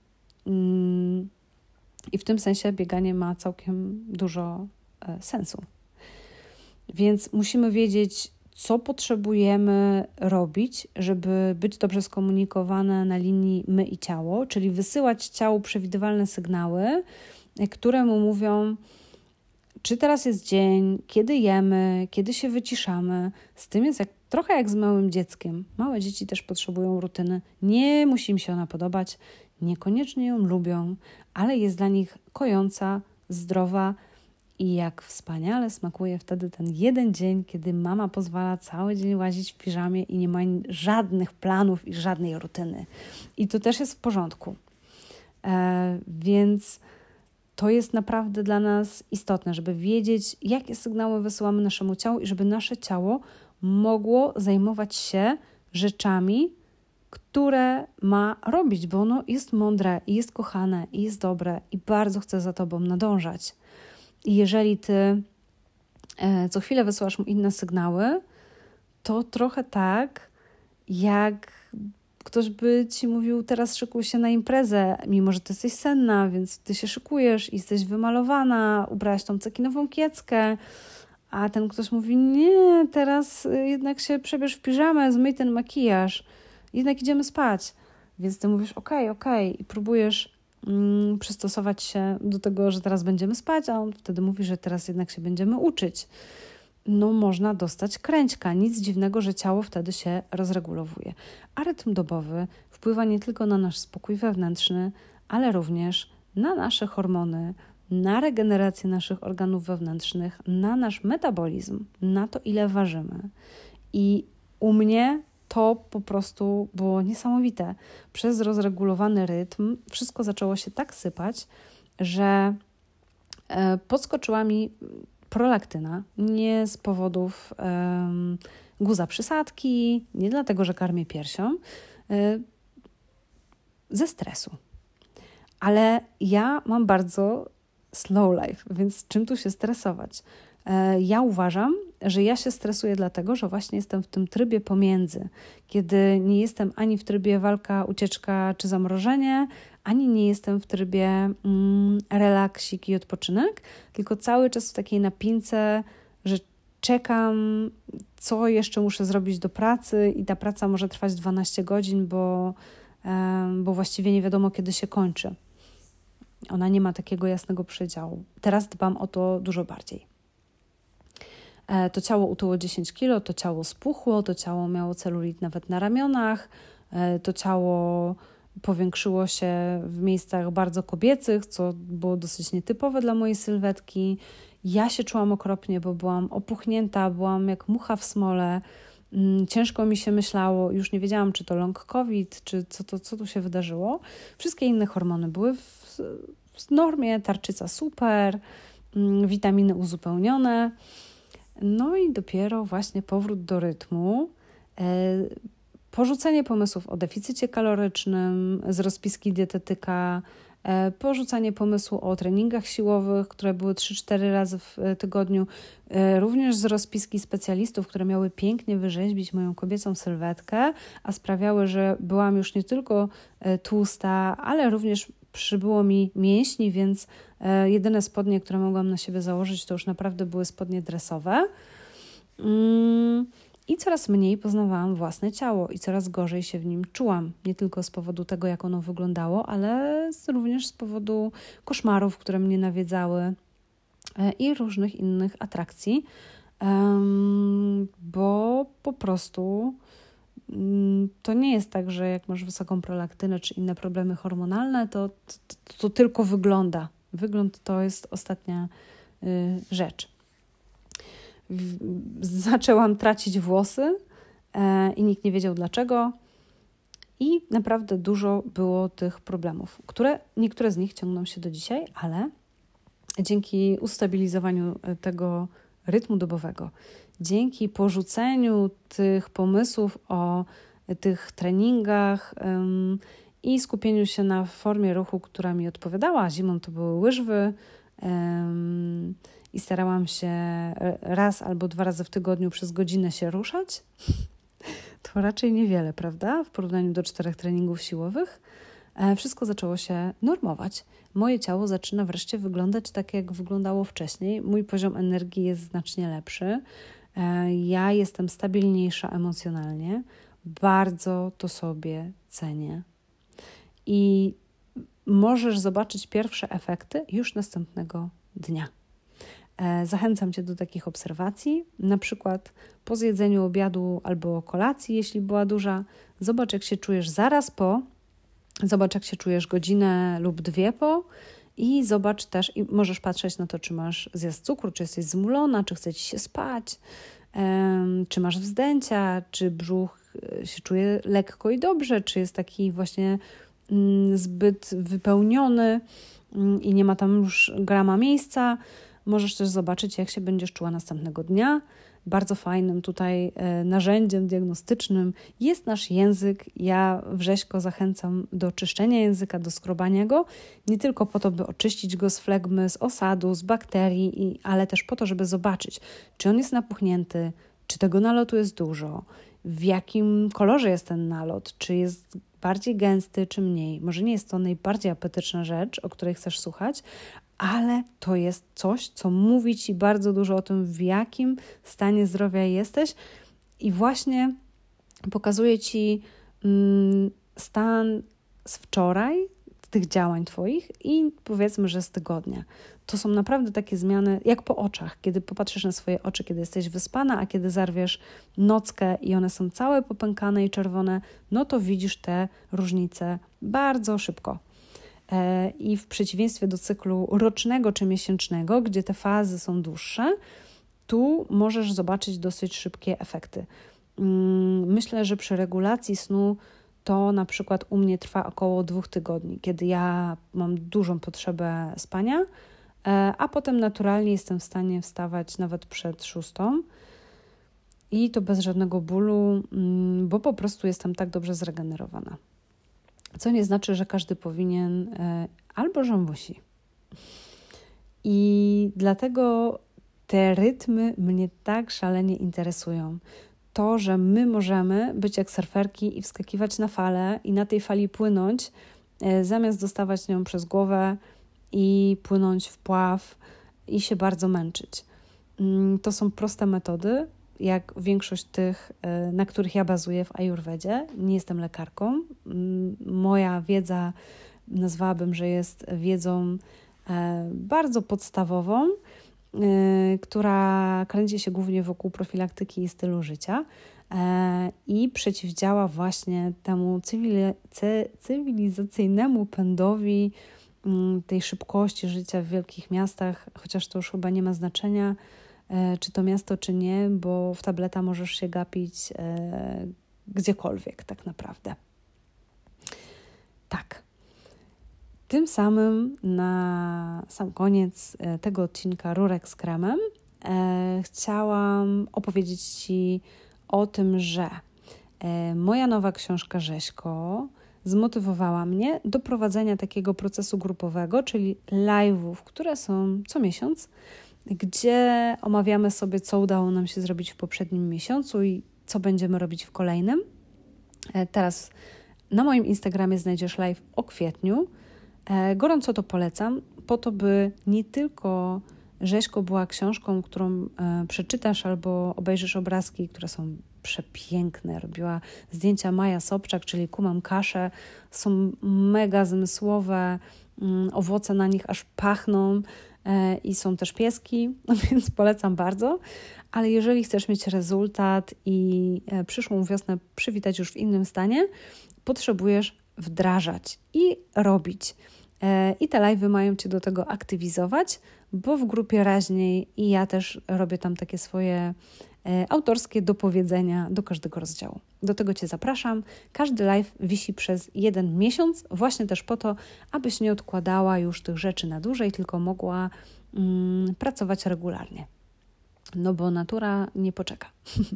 I w tym sensie bieganie ma całkiem dużo sensu. Więc musimy wiedzieć, co potrzebujemy robić, żeby być dobrze skomunikowane na linii my i ciało, czyli wysyłać ciału przewidywalne sygnały, które mu mówią, czy teraz jest dzień, kiedy jemy, kiedy się wyciszamy. Z tym jest trochę jak z małym dzieckiem. Małe dzieci też potrzebują rutyny. Nie musi im się ona podobać, niekoniecznie ją lubią, ale jest dla nich kojąca, zdrowa i jak wspaniale smakuje wtedy ten jeden dzień, kiedy mama pozwala cały dzień łazić w piżamie i nie ma żadnych planów i żadnej rutyny. I to też jest w porządku. Więc to jest naprawdę dla nas istotne, żeby wiedzieć, jakie sygnały wysyłamy naszemu ciału i żeby nasze ciało mogło zajmować się rzeczami, które ma robić, bo ono jest mądre i jest kochane i jest dobre i bardzo chce za tobą nadążać. I jeżeli ty co chwilę wysyłasz mu inne sygnały, to trochę tak, jak ktoś by ci mówił, teraz szykuj się na imprezę, mimo że ty jesteś senna, więc ty się szykujesz i jesteś wymalowana, ubrałaś tą cekinową kieckę, a ten ktoś mówi, nie, teraz jednak się przebierz w piżamę, zmyj ten makijaż, jednak idziemy spać. Więc ty mówisz, okej, i próbujesz przystosować się do tego, że teraz będziemy spać, a on wtedy mówi, że teraz jednak się będziemy uczyć. No można dostać kręćka. Nic dziwnego, że ciało wtedy się rozregulowuje. A rytm dobowy wpływa nie tylko na nasz spokój wewnętrzny, ale również na nasze hormony, na regenerację naszych organów wewnętrznych, na nasz metabolizm, na to, ile ważymy. I u mnie to po prostu było niesamowite. Przez rozregulowany rytm wszystko zaczęło się tak sypać, że podskoczyła mi prolaktyna. Nie z powodów guza przysadki, nie dlatego, że karmię piersią, ze stresu. Ale ja mam bardzo slow life, więc czym tu się stresować? Ja uważam, że ja się stresuję dlatego, że właśnie jestem w tym trybie pomiędzy, kiedy nie jestem ani w trybie walka, ucieczka czy zamrożenie, ani nie jestem w trybie relaksik i odpoczynek, tylko cały czas w takiej napince, że czekam, co jeszcze muszę zrobić do pracy i ta praca może trwać 12 godzin, bo właściwie nie wiadomo, kiedy się kończy. Ona nie ma takiego jasnego przedziału. Teraz dbam o to dużo bardziej. To ciało utyło 10 kg, to ciało spuchło, to ciało miało celulit nawet na ramionach, to ciało powiększyło się w miejscach bardzo kobiecych, co było dosyć nietypowe dla mojej sylwetki. Ja się czułam okropnie, bo byłam opuchnięta, byłam jak mucha w smole. Ciężko mi się myślało, już nie wiedziałam, czy to long COVID, czy co tu się wydarzyło. Wszystkie inne hormony były w normie, tarczyca super, witaminy uzupełnione. No i dopiero właśnie powrót do rytmu, porzucenie pomysłów o deficycie kalorycznym z rozpiski dietetyka, porzucanie pomysłu o treningach siłowych, które były 3-4 razy w tygodniu, również z rozpiski specjalistów, które miały pięknie wyrzeźbić moją kobiecą sylwetkę, a sprawiały, że byłam już nie tylko tłusta, ale również przybyło mi mięśni, więc jedyne spodnie, które mogłam na siebie założyć, to już naprawdę były spodnie dresowe. I coraz mniej poznawałam własne ciało i coraz gorzej się w nim czułam. Nie tylko z powodu tego, jak ono wyglądało, ale również z powodu koszmarów, które mnie nawiedzały i różnych innych atrakcji, bo po prostu to nie jest tak, że jak masz wysoką prolaktynę czy inne problemy hormonalne, to tylko wygląda. Wygląd to jest ostatnia rzecz. Zaczęłam tracić włosy i nikt nie wiedział dlaczego. I naprawdę dużo było tych problemów, niektóre z nich ciągną się do dzisiaj, ale dzięki ustabilizowaniu tego rytmu dobowego, dzięki porzuceniu tych pomysłów o tych treningach i skupieniu się na formie ruchu, która mi odpowiadała. Zimą to były łyżwy i starałam się raz albo 2 razy w tygodniu przez godzinę się ruszać. To raczej niewiele, prawda? W porównaniu do 4 treningów siłowych. Wszystko zaczęło się normować. Moje ciało zaczyna wreszcie wyglądać tak, jak wyglądało wcześniej. Mój poziom energii jest znacznie lepszy. Ja jestem stabilniejsza emocjonalnie. Bardzo to sobie cenię. I możesz zobaczyć pierwsze efekty już następnego dnia. Zachęcam Cię do takich obserwacji, na przykład po zjedzeniu obiadu albo kolacji, jeśli była duża. Zobacz, jak się czujesz zaraz po, zobacz, jak się czujesz godzinę lub 2 po i zobacz też, i możesz patrzeć na to, czy masz zjazd cukru, czy jesteś zmulona, czy chce Ci się spać, czy masz wzdęcia, czy brzuch się czuje lekko i dobrze, czy jest taki właśnie zbyt wypełniony i nie ma tam już grama miejsca. Możesz też zobaczyć, jak się będziesz czuła następnego dnia. Bardzo fajnym tutaj narzędziem diagnostycznym jest nasz język. Ja Wrześko zachęcam do czyszczenia języka, do skrobania go, nie tylko po to, by oczyścić go z flegmy, z osadu, z bakterii, ale też po to, żeby zobaczyć, czy on jest napuchnięty, czy tego nalotu jest dużo, w jakim kolorze jest ten nalot, czy jest bardziej gęsty, czy mniej. Może nie jest to najbardziej apetyczna rzecz, o której chcesz słuchać, ale to jest coś, co mówi Ci bardzo dużo o tym, w jakim stanie zdrowia jesteś i właśnie pokazuje Ci stan z wczoraj, z tych działań Twoich i powiedzmy, że z tygodnia. To są naprawdę takie zmiany, jak po oczach. Kiedy popatrzysz na swoje oczy, kiedy jesteś wyspana, a kiedy zarwiesz nockę i one są całe popękane i czerwone, no to widzisz te różnice bardzo szybko. i w przeciwieństwie do cyklu rocznego czy miesięcznego, gdzie te fazy są dłuższe, tu możesz zobaczyć dosyć szybkie efekty. Myślę, że przy regulacji snu to na przykład u mnie trwa około 2 tygodni, kiedy ja mam dużą potrzebę spania, a potem naturalnie jestem w stanie wstawać nawet przed 6 i to bez żadnego bólu, bo po prostu jestem tak dobrze zregenerowana. Co nie znaczy, że każdy powinien albo że musi. I dlatego te rytmy mnie tak szalenie interesują. To, że my możemy być jak surferki i wskakiwać na falę i na tej fali płynąć, zamiast dostawać nią przez głowę i płynąć w pław i się bardzo męczyć. To są proste metody, jak większość tych, na których ja bazuję w Ajurwedzie. Nie jestem lekarką. Moja wiedza, nazwałabym, że jest wiedzą bardzo podstawową, która kręci się głównie wokół profilaktyki i stylu życia i przeciwdziała właśnie temu cywilizacyjnemu pędowi tej szybkości życia w wielkich miastach, chociaż to już chyba nie ma znaczenia, czy to miasto, czy nie, bo w tableta możesz się gapić gdziekolwiek tak naprawdę. Tak. Tym samym na sam koniec tego odcinka Rurek z kremem chciałam opowiedzieć Ci o tym, że moja nowa książka Rzeźko zmotywowała mnie do prowadzenia takiego procesu grupowego, czyli live'ów, które są co miesiąc, gdzie omawiamy sobie, co udało nam się zrobić w poprzednim miesiącu i co będziemy robić w kolejnym. Teraz na moim Instagramie znajdziesz live o kwietniu. Gorąco to polecam, po to, by nie tylko Rzeźko była książką, którą przeczytasz albo obejrzysz obrazki, które są przepiękne. Robiła zdjęcia Maja Sobczak, czyli Kumam Kaszę. Są mega zmysłowe, owoce na nich aż pachną i są też pieski, więc polecam bardzo. Ale jeżeli chcesz mieć rezultat i przyszłą wiosnę przywitać już w innym stanie, potrzebujesz wdrażać i robić. I te live'y mają Cię do tego aktywizować, bo w grupie raźniej i ja też robię tam takie swoje autorskie dopowiedzenia do każdego rozdziału. Do tego Cię zapraszam. Każdy live wisi przez 1 miesiąc, właśnie też po to, abyś nie odkładała już tych rzeczy na dłużej, tylko mogła pracować regularnie. No bo natura nie poczeka.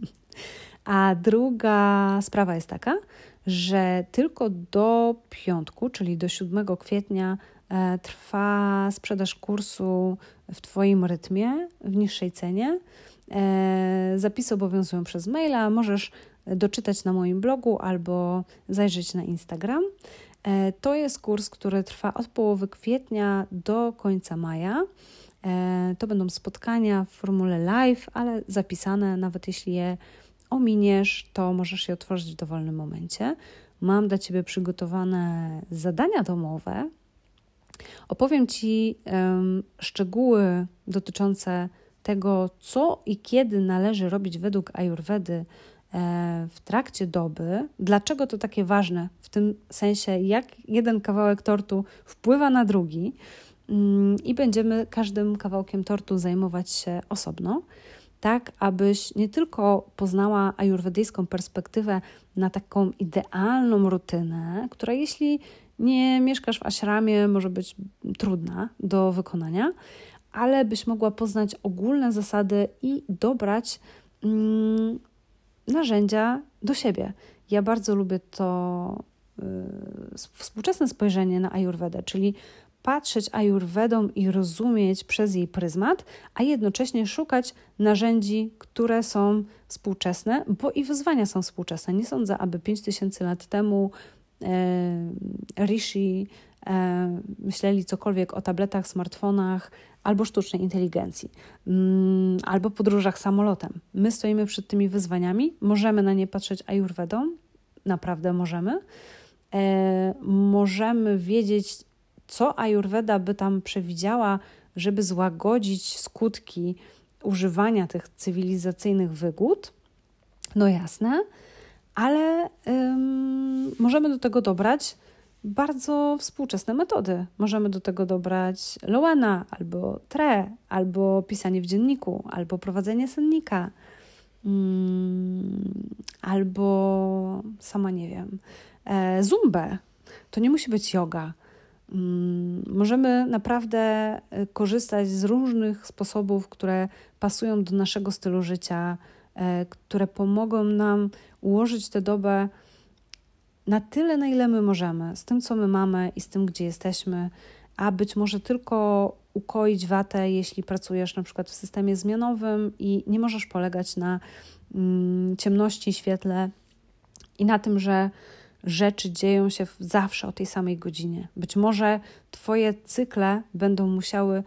A druga sprawa jest taka, że tylko do piątku, czyli do 7 kwietnia trwa sprzedaż kursu w Twoim rytmie w niższej cenie. Zapisy obowiązują przez maila, możesz doczytać na moim blogu albo zajrzeć na Instagram. To jest kurs, który trwa od połowy kwietnia do końca maja. To będą spotkania w formule live, ale zapisane, nawet jeśli je ominiesz, to możesz je otworzyć w dowolnym momencie. Mam dla Ciebie przygotowane zadania domowe. Opowiem Ci szczegóły dotyczące tego, co i kiedy należy robić według Ajurwedy w trakcie doby. Dlaczego to takie ważne? W tym sensie, jak jeden kawałek tortu wpływa na drugi i będziemy każdym kawałkiem tortu zajmować się osobno. Tak, abyś nie tylko poznała ajurwedyjską perspektywę na taką idealną rutynę, która jeśli nie mieszkasz w ashramie, może być trudna do wykonania, ale byś mogła poznać ogólne zasady i dobrać narzędzia do siebie. Ja bardzo lubię to współczesne spojrzenie na ajurwedę, czyli patrzeć ajurwedą i rozumieć przez jej pryzmat, a jednocześnie szukać narzędzi, które są współczesne, bo i wyzwania są współczesne. Nie sądzę, aby 5000 lat temu rishi myśleli cokolwiek o tabletach, smartfonach albo sztucznej inteligencji, albo podróżach samolotem. My stoimy przed tymi wyzwaniami, możemy na nie patrzeć ajurwedą, naprawdę możemy. Możemy wiedzieć, co ajurweda by tam przewidziała, żeby złagodzić skutki używania tych cywilizacyjnych wygód. No jasne, ale możemy do tego dobrać bardzo współczesne metody. Możemy do tego dobrać Lowena, albo TRE, albo pisanie w dzienniku, albo prowadzenie sennika, albo sama nie wiem, zumbę. To nie musi być yoga. Możemy naprawdę korzystać z różnych sposobów, które pasują do naszego stylu życia, które pomogą nam ułożyć tę dobę na tyle, na ile my możemy, z tym, co my mamy i z tym, gdzie jesteśmy, a być może tylko ukoić watę, jeśli pracujesz na przykład w systemie zmianowym i nie możesz polegać na ciemności, świetle i na tym, że rzeczy dzieją się zawsze o tej samej godzinie. Być może twoje cykle będą musiały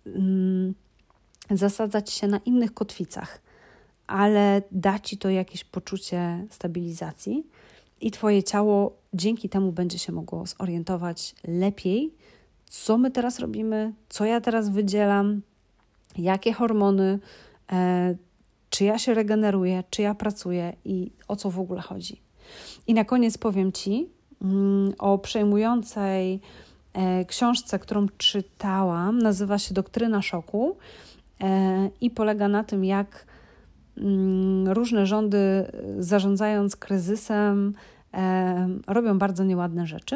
zasadzać się na innych kotwicach, ale da ci to jakieś poczucie stabilizacji i twoje ciało dzięki temu będzie się mogło zorientować lepiej, co my teraz robimy, co ja teraz wydzielam, jakie hormony, czy ja się regeneruję, czy ja pracuję i o co w ogóle chodzi. I na koniec powiem Ci o przejmującej książce, którą czytałam. Nazywa się Doktryna szoku i polega na tym, jak różne rządy, zarządzając kryzysem, robią bardzo nieładne rzeczy.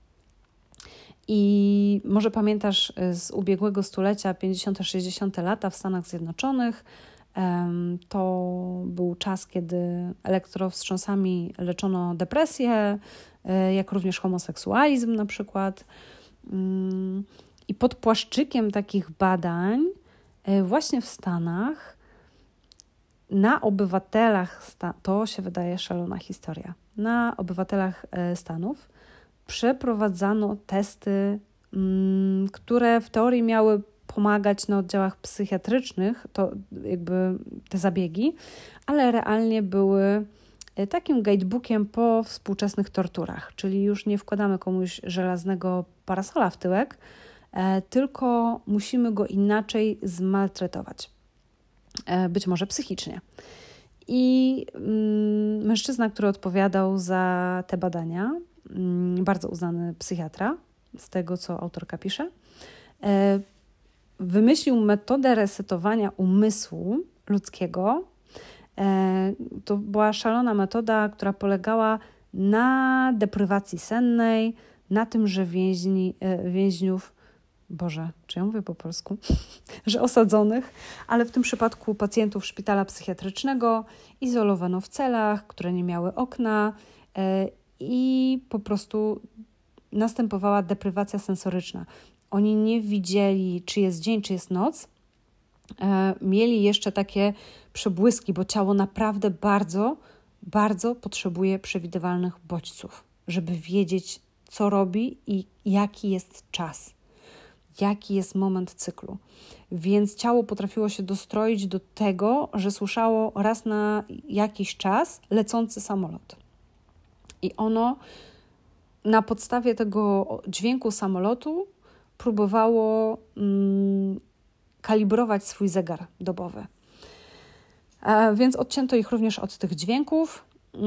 I może pamiętasz z ubiegłego stulecia, 50-60 lata w Stanach Zjednoczonych, to był czas, kiedy elektrowstrząsami leczono depresję, jak również homoseksualizm na przykład. I pod płaszczykiem takich badań właśnie w Stanach na obywatelach, to się wydaje szalona historia, na obywatelach Stanów przeprowadzano testy, które w teorii miały pomagać na oddziałach psychiatrycznych, to jakby te zabiegi, ale realnie były takim guidebookiem po współczesnych torturach, czyli już nie wkładamy komuś żelaznego parasola w tyłek, tylko musimy go inaczej zmaltretować, być może psychicznie. I mężczyzna, który odpowiadał za te badania, bardzo uznany psychiatra, z tego co autorka pisze, wymyślił metodę resetowania umysłu ludzkiego. To była szalona metoda, która polegała na deprywacji sennej, na tym, że więźniów, Boże, czy ja mówię po polsku? że osadzonych, ale w tym przypadku pacjentów szpitala psychiatrycznego izolowano w celach, które nie miały okna i po prostu następowała deprywacja sensoryczna. Oni nie widzieli, czy jest dzień, czy jest noc. Mieli jeszcze takie przebłyski, bo ciało naprawdę bardzo, bardzo potrzebuje przewidywalnych bodźców, żeby wiedzieć, co robi i jaki jest czas, jaki jest moment cyklu. Więc ciało potrafiło się dostroić do tego, że słyszało raz na jakiś czas lecący samolot. I ono na podstawie tego dźwięku samolotu próbowało kalibrować swój zegar dobowy. Więc odcięto ich również od tych dźwięków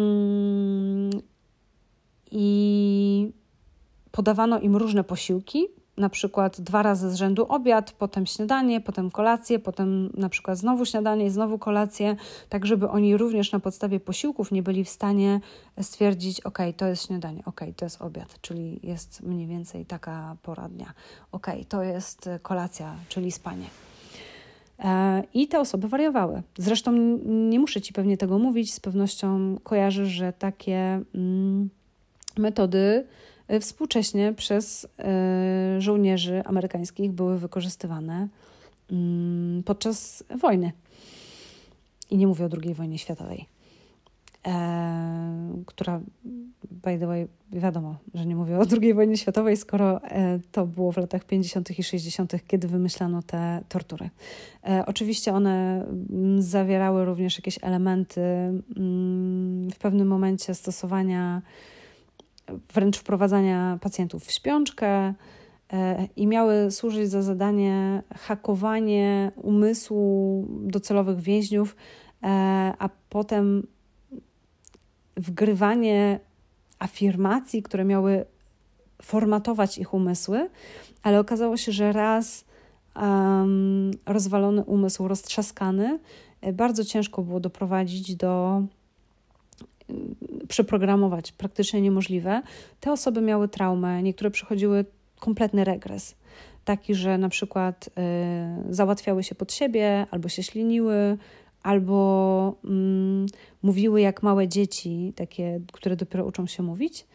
i podawano im różne posiłki, na przykład 2 razy z rzędu obiad, potem śniadanie, potem kolację, potem na przykład znowu śniadanie i znowu kolację, tak żeby oni również na podstawie posiłków nie byli w stanie stwierdzić, ok, to jest śniadanie, ok, to jest obiad, czyli jest mniej więcej taka pora dnia, ok, to jest kolacja, czyli spanie. I te osoby wariowały. Zresztą nie muszę Ci pewnie tego mówić, z pewnością kojarzysz, że takie metody współcześnie przez żołnierzy amerykańskich były wykorzystywane podczas wojny. I nie mówię o II wojnie światowej, która, by the way, wiadomo, że nie mówię o II wojnie światowej, skoro to było w latach 50. i 60., kiedy wymyślano te tortury. Oczywiście one zawierały również jakieś elementy w pewnym momencie stosowania, wręcz wprowadzania pacjentów w śpiączkę i miały służyć za zadanie hakowanie umysłu docelowych więźniów, a potem wgrywanie afirmacji, które miały formatować ich umysły, ale okazało się, że raz rozwalony umysł, roztrzaskany, bardzo ciężko było doprowadzić przeprogramować, praktycznie niemożliwe. Te osoby miały traumę, niektóre przechodziły kompletny regres, taki, że na przykład załatwiały się pod siebie, albo się śliniły, albo mówiły jak małe dzieci, takie, które dopiero uczą się mówić.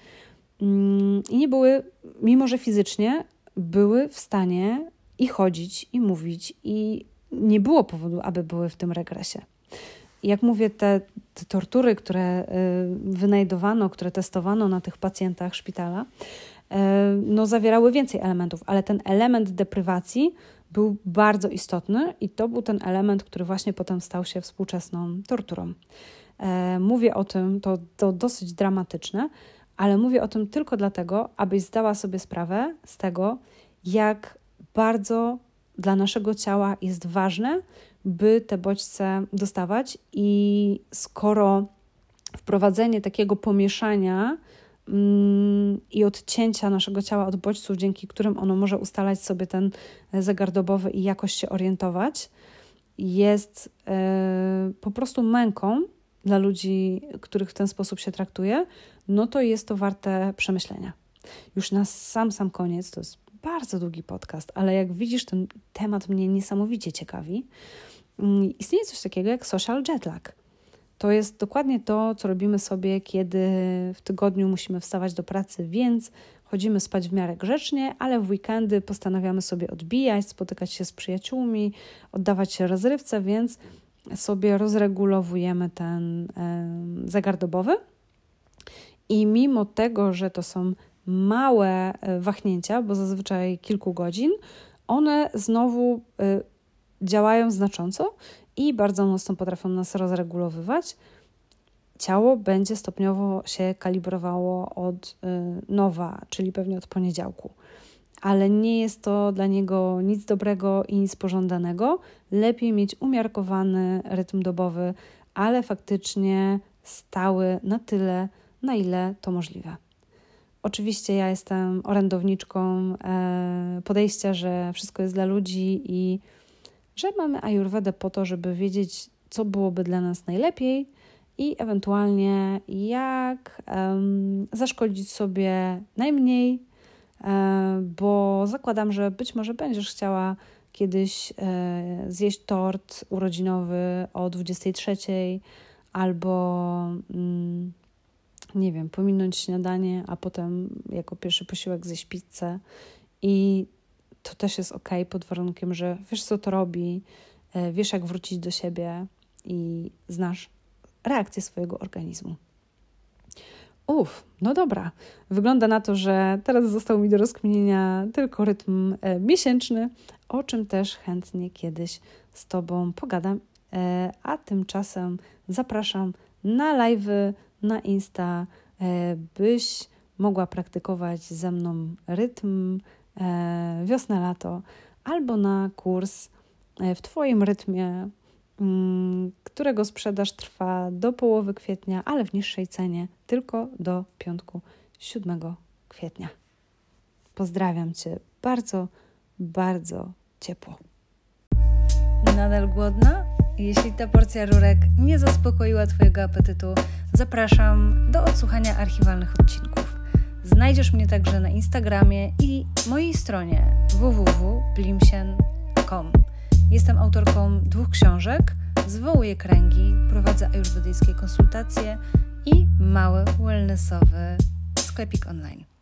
I nie były, mimo że fizycznie były w stanie i chodzić, i mówić, i nie było powodu, aby były w tym regresie. I jak mówię, te tortury, które wynajdowano, które testowano na tych pacjentach szpitala, zawierały więcej elementów, ale ten element deprywacji był bardzo istotny i to był ten element, który właśnie potem stał się współczesną torturą. Mówię o tym, to dosyć dramatyczne, ale mówię o tym tylko dlatego, abyś zdała sobie sprawę z tego, jak bardzo dla naszego ciała jest ważne, by te bodźce dostawać i skoro wprowadzenie takiego pomieszania i odcięcia naszego ciała od bodźców, dzięki którym ono może ustalać sobie ten zegar dobowy i jakoś się orientować, jest po prostu męką dla ludzi, których w ten sposób się traktuje, no to jest to warte przemyślenia. Już na sam koniec, to jest bardzo długi podcast, ale jak widzisz, ten temat mnie niesamowicie ciekawi. Istnieje coś takiego jak social jet lag. To jest dokładnie to, co robimy sobie, kiedy w tygodniu musimy wstawać do pracy, więc chodzimy spać w miarę grzecznie, ale w weekendy postanawiamy sobie odbijać, spotykać się z przyjaciółmi, oddawać się rozrywce, więc sobie rozregulowujemy ten zegar dobowy. I mimo tego, że to są małe wahnięcia, bo zazwyczaj kilku godzin, one znowu działają znacząco i bardzo mocno potrafią nas rozregulowywać. Ciało będzie stopniowo się kalibrowało od nowa, czyli pewnie od poniedziałku. Ale nie jest to dla niego nic dobrego i nic pożądanego. Lepiej mieć umiarkowany rytm dobowy, ale faktycznie stały na tyle, na ile to możliwe. Oczywiście ja jestem orędowniczką podejścia, że wszystko jest dla ludzi i że mamy ajurwedę po to, żeby wiedzieć, co byłoby dla nas najlepiej i ewentualnie jak zaszkodzić sobie najmniej, bo zakładam, że być może będziesz chciała kiedyś zjeść tort urodzinowy o 23:00 albo nie wiem, pominąć śniadanie, a potem jako pierwszy posiłek zjeść pizzę i to też jest okej, pod warunkiem, że wiesz, co to robi, wiesz, jak wrócić do siebie i znasz reakcję swojego organizmu. No dobra. Wygląda na to, że teraz został mi do rozkminienia tylko rytm miesięczny, o czym też chętnie kiedyś z Tobą pogadam, a tymczasem zapraszam na live'y, na Insta, byś mogła praktykować ze mną rytm wiosna-lato albo na kurs w Twoim rytmie, którego sprzedaż trwa do połowy kwietnia, ale w niższej cenie, tylko do piątku 7 kwietnia. Pozdrawiam Cię bardzo, bardzo ciepło. Nadal głodna? Jeśli ta porcja rurek nie zaspokoiła Twojego apetytu, zapraszam do odsłuchania archiwalnych odcinków. Znajdziesz mnie także na Instagramie i mojej stronie www.blimsien.com. Jestem autorką 2 książek, zwołuję kręgi, prowadzę ajurwedyjskie konsultacje i mały wellnessowy sklepik online.